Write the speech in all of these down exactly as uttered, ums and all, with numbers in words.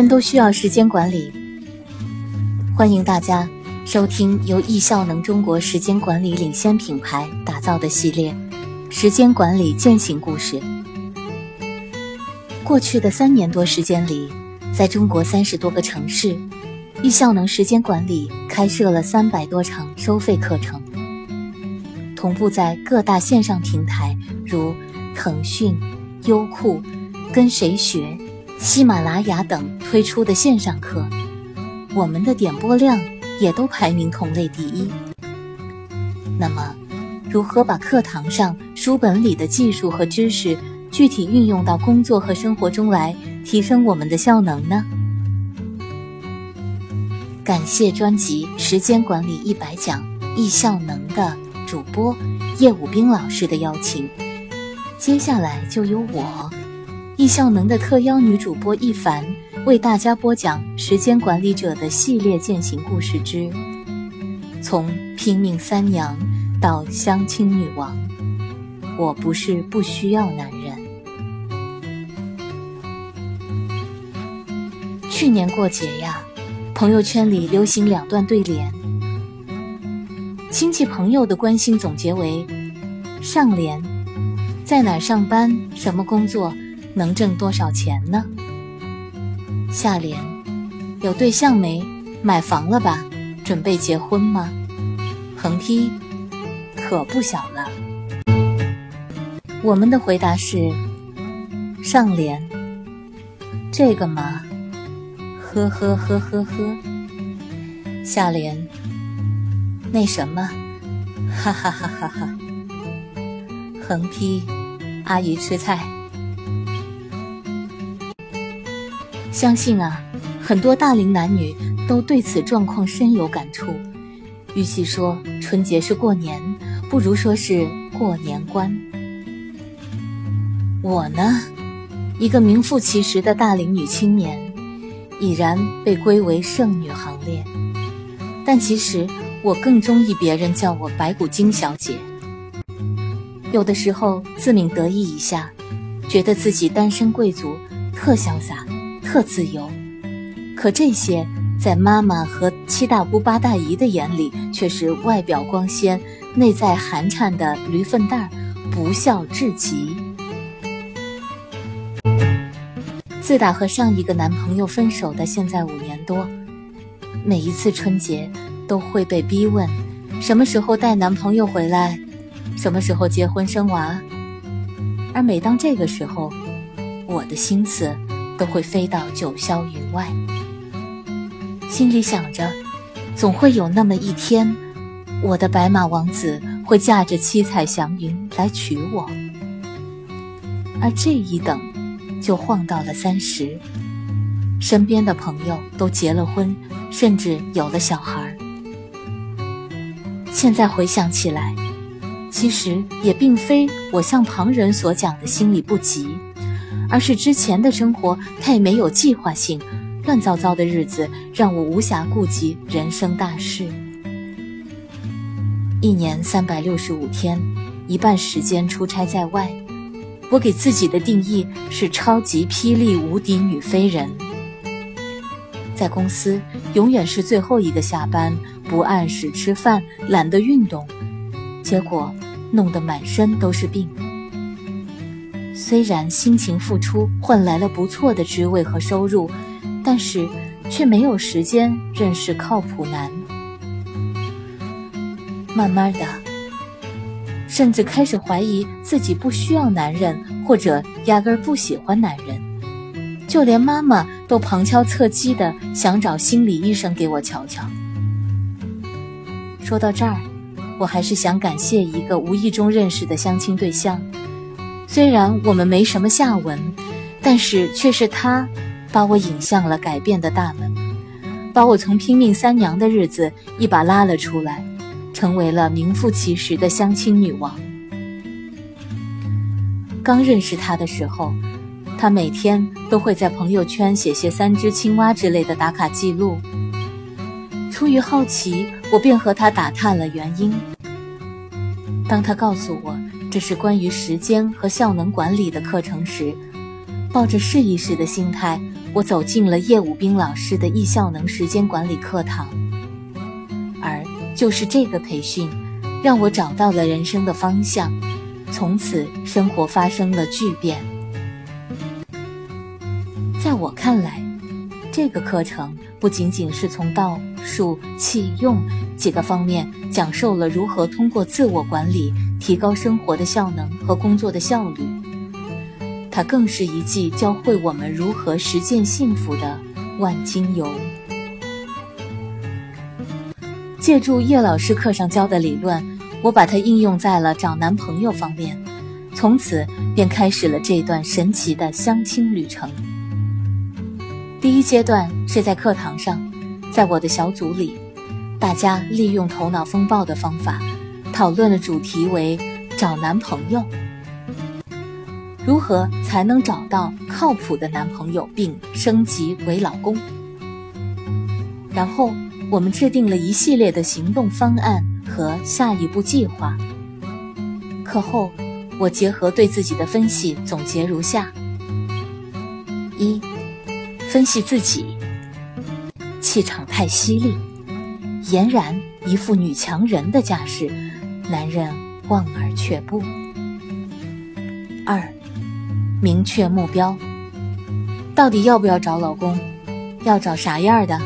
都需要时间管理。欢迎大家收听由易效能中国时间管理领先品牌打造的系列时间管理践行故事。过去的三年多时间里，在中国三十多个城市，易效能时间管理开设了三百多场收费课程，同步在各大线上平台如腾讯、优酷、跟谁学、喜马拉雅等推出的线上课，我们的点播量也都排名同类第一。那么，如何把课堂上书本里的技术和知识具体运用到工作和生活中来，提升我们的效能呢？感谢专辑《时间管理一百讲》易效能的主播叶武斌老师的邀请，接下来就由我易效能的特邀女主播一凡为大家播讲时间管理者的系列践行故事之从拼命三娘到相亲女王，我不是不需要男人。去年过节呀，朋友圈里流行两段对联，亲戚朋友的关心总结为：上联，在哪儿上班，什么工作，能挣多少钱呢？下联，有对象没？买房了吧？准备结婚吗？横批，可不小了。我们的回答是：上联，这个嘛，呵呵呵呵呵。下联，那什么，哈哈哈哈哈。横批，阿姨吃菜。相信啊，很多大龄男女都对此状况深有感触。与其说春节是过年，不如说是过年关。我呢，一个名副其实的大龄女青年，已然被归为剩女行列。但其实我更中意别人叫我白骨精小姐。有的时候自鸣得意一下，觉得自己单身贵族，特潇洒，特自由。可这些在妈妈和七大姑八大姨的眼里，却是外表光鲜，内在寒颤的驴粪蛋，不孝至极。自打和上一个男朋友分手的现在五年多，每一次春节都会被逼问什么时候带男朋友回来，什么时候结婚生娃。而每当这个时候，我的心思都会飞到九霄云外，心里想着总会有那么一天，我的白马王子会驾着七彩祥云来娶我。而这一等就晃到了三十，身边的朋友都结了婚，甚至有了小孩。现在回想起来，其实也并非我像旁人所讲的心里不急，而是之前的生活太没有计划性，乱糟糟的日子让我无暇顾及人生大事。一年三百六十五天，一半时间出差在外，我给自己的定义是超级霹雳无敌女飞人。在公司永远是最后一个下班，不按时吃饭，懒得运动，结果弄得满身都是病。虽然辛勤付出换来了不错的职位和收入，但是却没有时间认识靠谱男。慢慢的，甚至开始怀疑自己不需要男人，或者压根儿不喜欢男人。就连妈妈都旁敲侧击的想找心理医生给我瞧瞧。说到这儿，我还是想感谢一个无意中认识的相亲对象。虽然我们没什么下文，但是却是他把我引向了改变的大门，把我从拼命三娘的日子一把拉了出来，成为了名副其实的相亲女王。刚认识他的时候，他每天都会在朋友圈写些三只青蛙之类的打卡记录。出于好奇，我便和他打探了原因。当他告诉我这是关于时间和效能管理的课程时，抱着试一试的心态， 我走进了叶武斌老师的易效能时间管理课堂，而就是这个培训，让我找到了人生的方向，从此生活发生了巨变。在我看来，这个课程不仅仅是从道、术、气、用几个方面讲授了如何通过自我管理提高生活的效能和工作的效率，它更是一剂教会我们如何实践幸福的万金油。借助叶老师课上教的理论，我把它应用在了找男朋友方面，从此便开始了这段神奇的相亲旅程。第一阶段是在课堂上，在我的小组里，大家利用头脑风暴的方法，讨论的主题为找男朋友，如何才能找到靠谱的男朋友并升级为老公。然后我们制定了一系列的行动方案和下一步计划。课后我结合对自己的分析总结如下：一、分析自己，气场太犀利，俨然一副女强人的架势，男人望而却步。二、明确目标，到底要不要找老公，要找啥样的？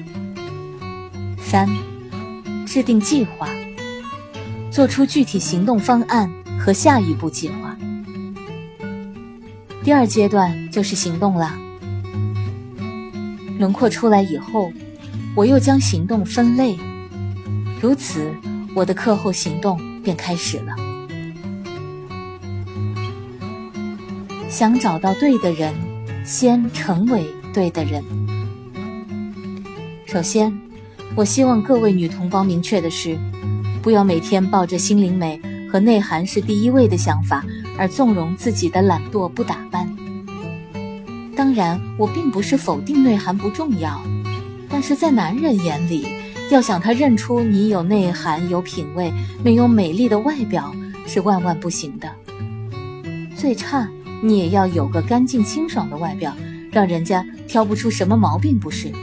三、制定计划，做出具体行动方案和下一步计划。第二阶段就是行动了。轮廓出来以后，我又将行动分类，如此我的课后行动便开始了。想找到对的人，先成为对的人。首先，我希望各位女同胞明确的是，不要每天抱着心灵美和内涵是第一位的想法而纵容自己的懒惰不打扮。当然，我并不是否定内涵不重要，但是在男人眼里，要想他认出你有内涵、有品味，没有美丽的外表是万万不行的。最差你也要有个干净清爽的外表，让人家挑不出什么毛病，不是？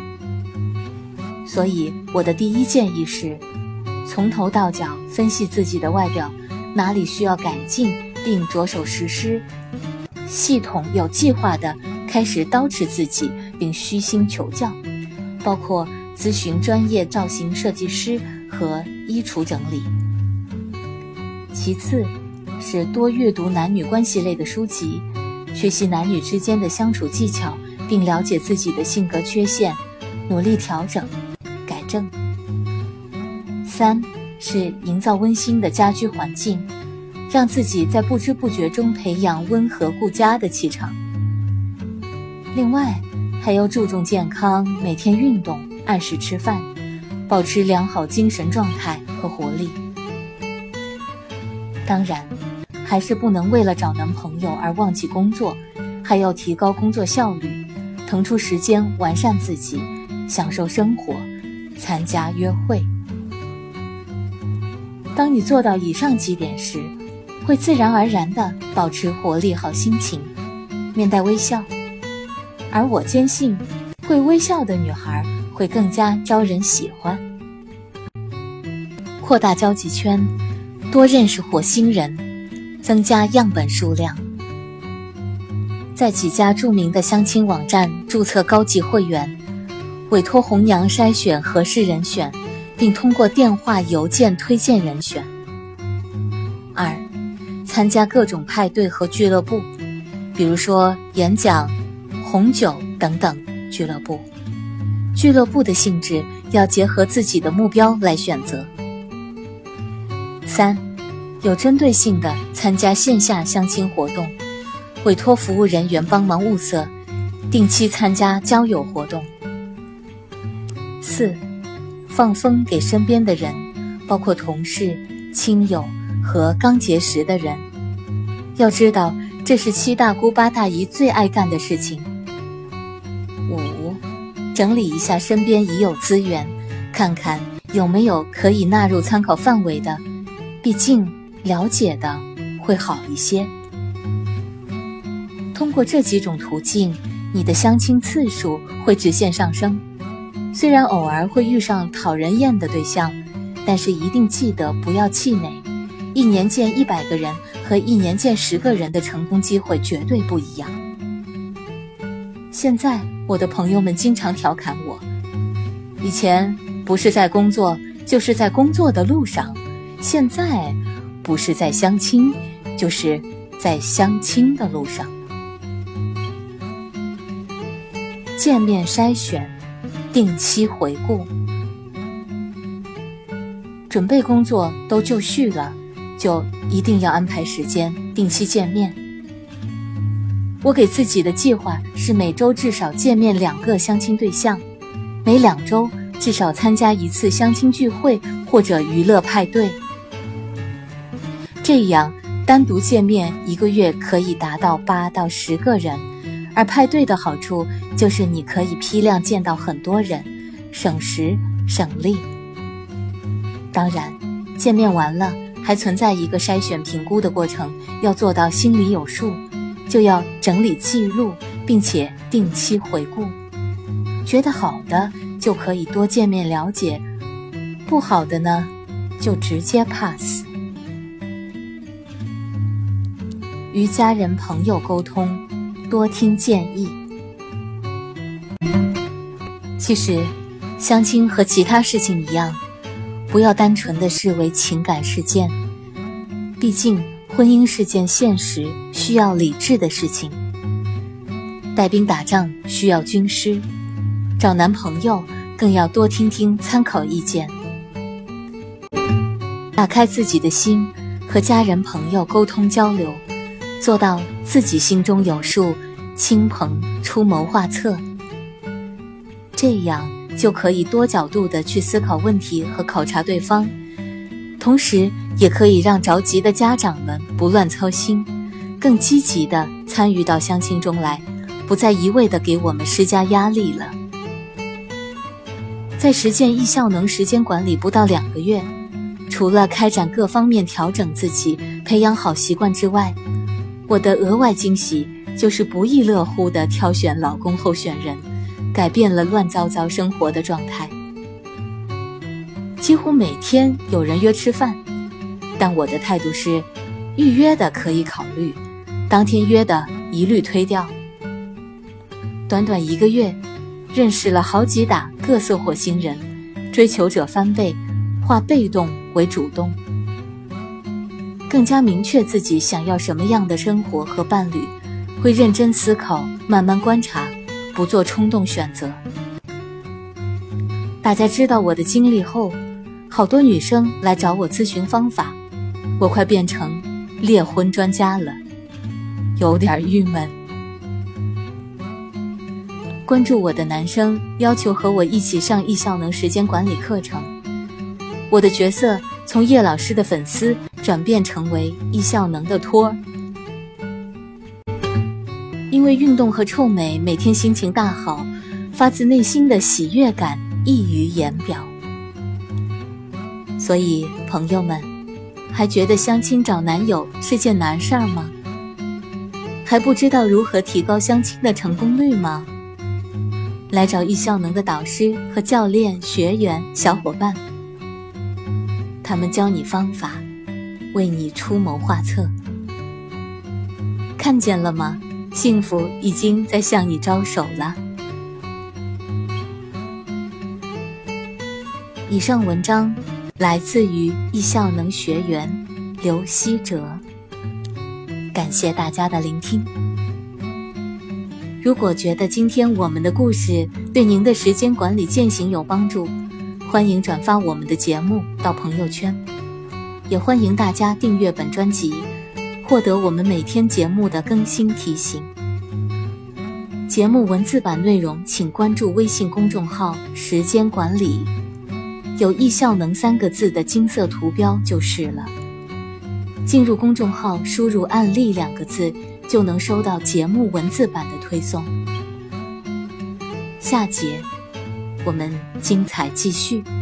所以我的第一建议是，从头到脚分析自己的外表，哪里需要改进，并着手实施，系统有计划地开始捯饬自己，并虚心求教，包括咨询专业造型设计师和衣橱整理。其次是多阅读男女关系类的书籍，学习男女之间的相处技巧，并了解自己的性格缺陷，努力调整改正。三是营造温馨的家居环境，让自己在不知不觉中培养温和顾家的气场。另外还要注重健康，每天运动，按时吃饭，保持良好精神状态和活力。当然还是不能为了找男朋友而忘记工作，还要提高工作效率，腾出时间完善自己，享受生活，参加约会。当你做到以上几点时，会自然而然地保持活力好心情，面带微笑。而我坚信，会微笑的女孩会更加招人喜欢。扩大交际圈，多认识火星人，增加样本数量。在几家著名的相亲网站注册高级会员，委托红娘筛选合适人选，并通过电话、邮件推荐人选。二、参加各种派对和俱乐部，比如说演讲、红酒等等俱乐部。俱乐部的性质要结合自己的目标来选择。三、有针对性的参加线下相亲活动，委托服务人员帮忙物色，定期参加交友活动。四、放风给身边的人，包括同事、亲友和刚结识的人。要知道，这是七大姑八大姨最爱干的事情。五、整理一下身边已有资源，看看有没有可以纳入参考范围的，毕竟了解的会好一些。通过这几种途径， 你的相亲次数会直线上升。虽然偶尔会遇上讨人厌的对象，但是一定记得不要气馁。一年见一百个人和一年见十个人的成功机会绝对不一样。现在我的朋友们经常调侃我，以前不是在工作，就是在工作的路上，现在不是在相亲，就是在相亲的路上。见面筛选，定期回顾。准备工作都就绪了，就一定要安排时间定期见面。我给自己的计划是每周至少见面两个相亲对象，每两周至少参加一次相亲聚会或者娱乐派对。这样单独见面一个月可以达到八到十个人，而派对的好处就是你可以批量见到很多人，省时省力。当然，见面完了还存在一个筛选评估的过程，要做到心里有数，就要整理记录，并且定期回顾。觉得好的就可以多见面了解，不好的呢，就直接 pass。与家人朋友沟通，多听建议。其实，相亲和其他事情一样，不要单纯的视为情感事件，毕竟婚姻是件现实需要理智的事情。带兵打仗需要军师，找男朋友更要多听听参考意见。打开自己的心，和家人朋友沟通交流，做到自己心中有数，亲朋出谋划策。这样就可以多角度地去思考问题和考察对方，同时也可以让着急的家长们不乱操心，更积极地参与到相亲中来，不再一味地给我们施加压力了。在实践易效能时间管理不到两个月，除了开展各方面调整自己，培养好习惯之外，我的额外惊喜就是不亦乐乎地挑选老公候选人，改变了乱糟糟生活的状态。几乎每天有人约吃饭，但我的态度是，预约的可以考虑，当天约的一律推掉。短短一个月，认识了好几打各色火星人，追求者翻倍，化被动为主动，更加明确自己想要什么样的生活和伴侣，会认真思考，慢慢观察，不做冲动选择。大家知道我的经历后，好多女生来找我咨询方法，我快变成猎婚专家了，有点郁闷。关注我的男生要求和我一起上易效能时间管理课程，我的角色从叶老师的粉丝转变成为易效能的托儿。因为运动和臭美，每天心情大好，发自内心的喜悦感溢于言表。所以朋友们，还觉得相亲找男友是件难事儿吗？还不知道如何提高相亲的成功率吗？来找易效能的导师和教练、学员、小伙伴，他们教你方法，为你出谋划策。看见了吗？幸福已经在向你招手了。以上文章来自于易效能学员刘希哲，感谢大家的聆听。如果觉得今天我们的故事对您的时间管理践行有帮助，欢迎转发我们的节目到朋友圈，也欢迎大家订阅本专辑，获得我们每天节目的更新提醒。节目文字版内容请关注微信公众号时间管理，有易效能三个字的金色图标就是了。进入公众号输入案例两个字，就能收到节目文字版的推送。下节我们精彩继续。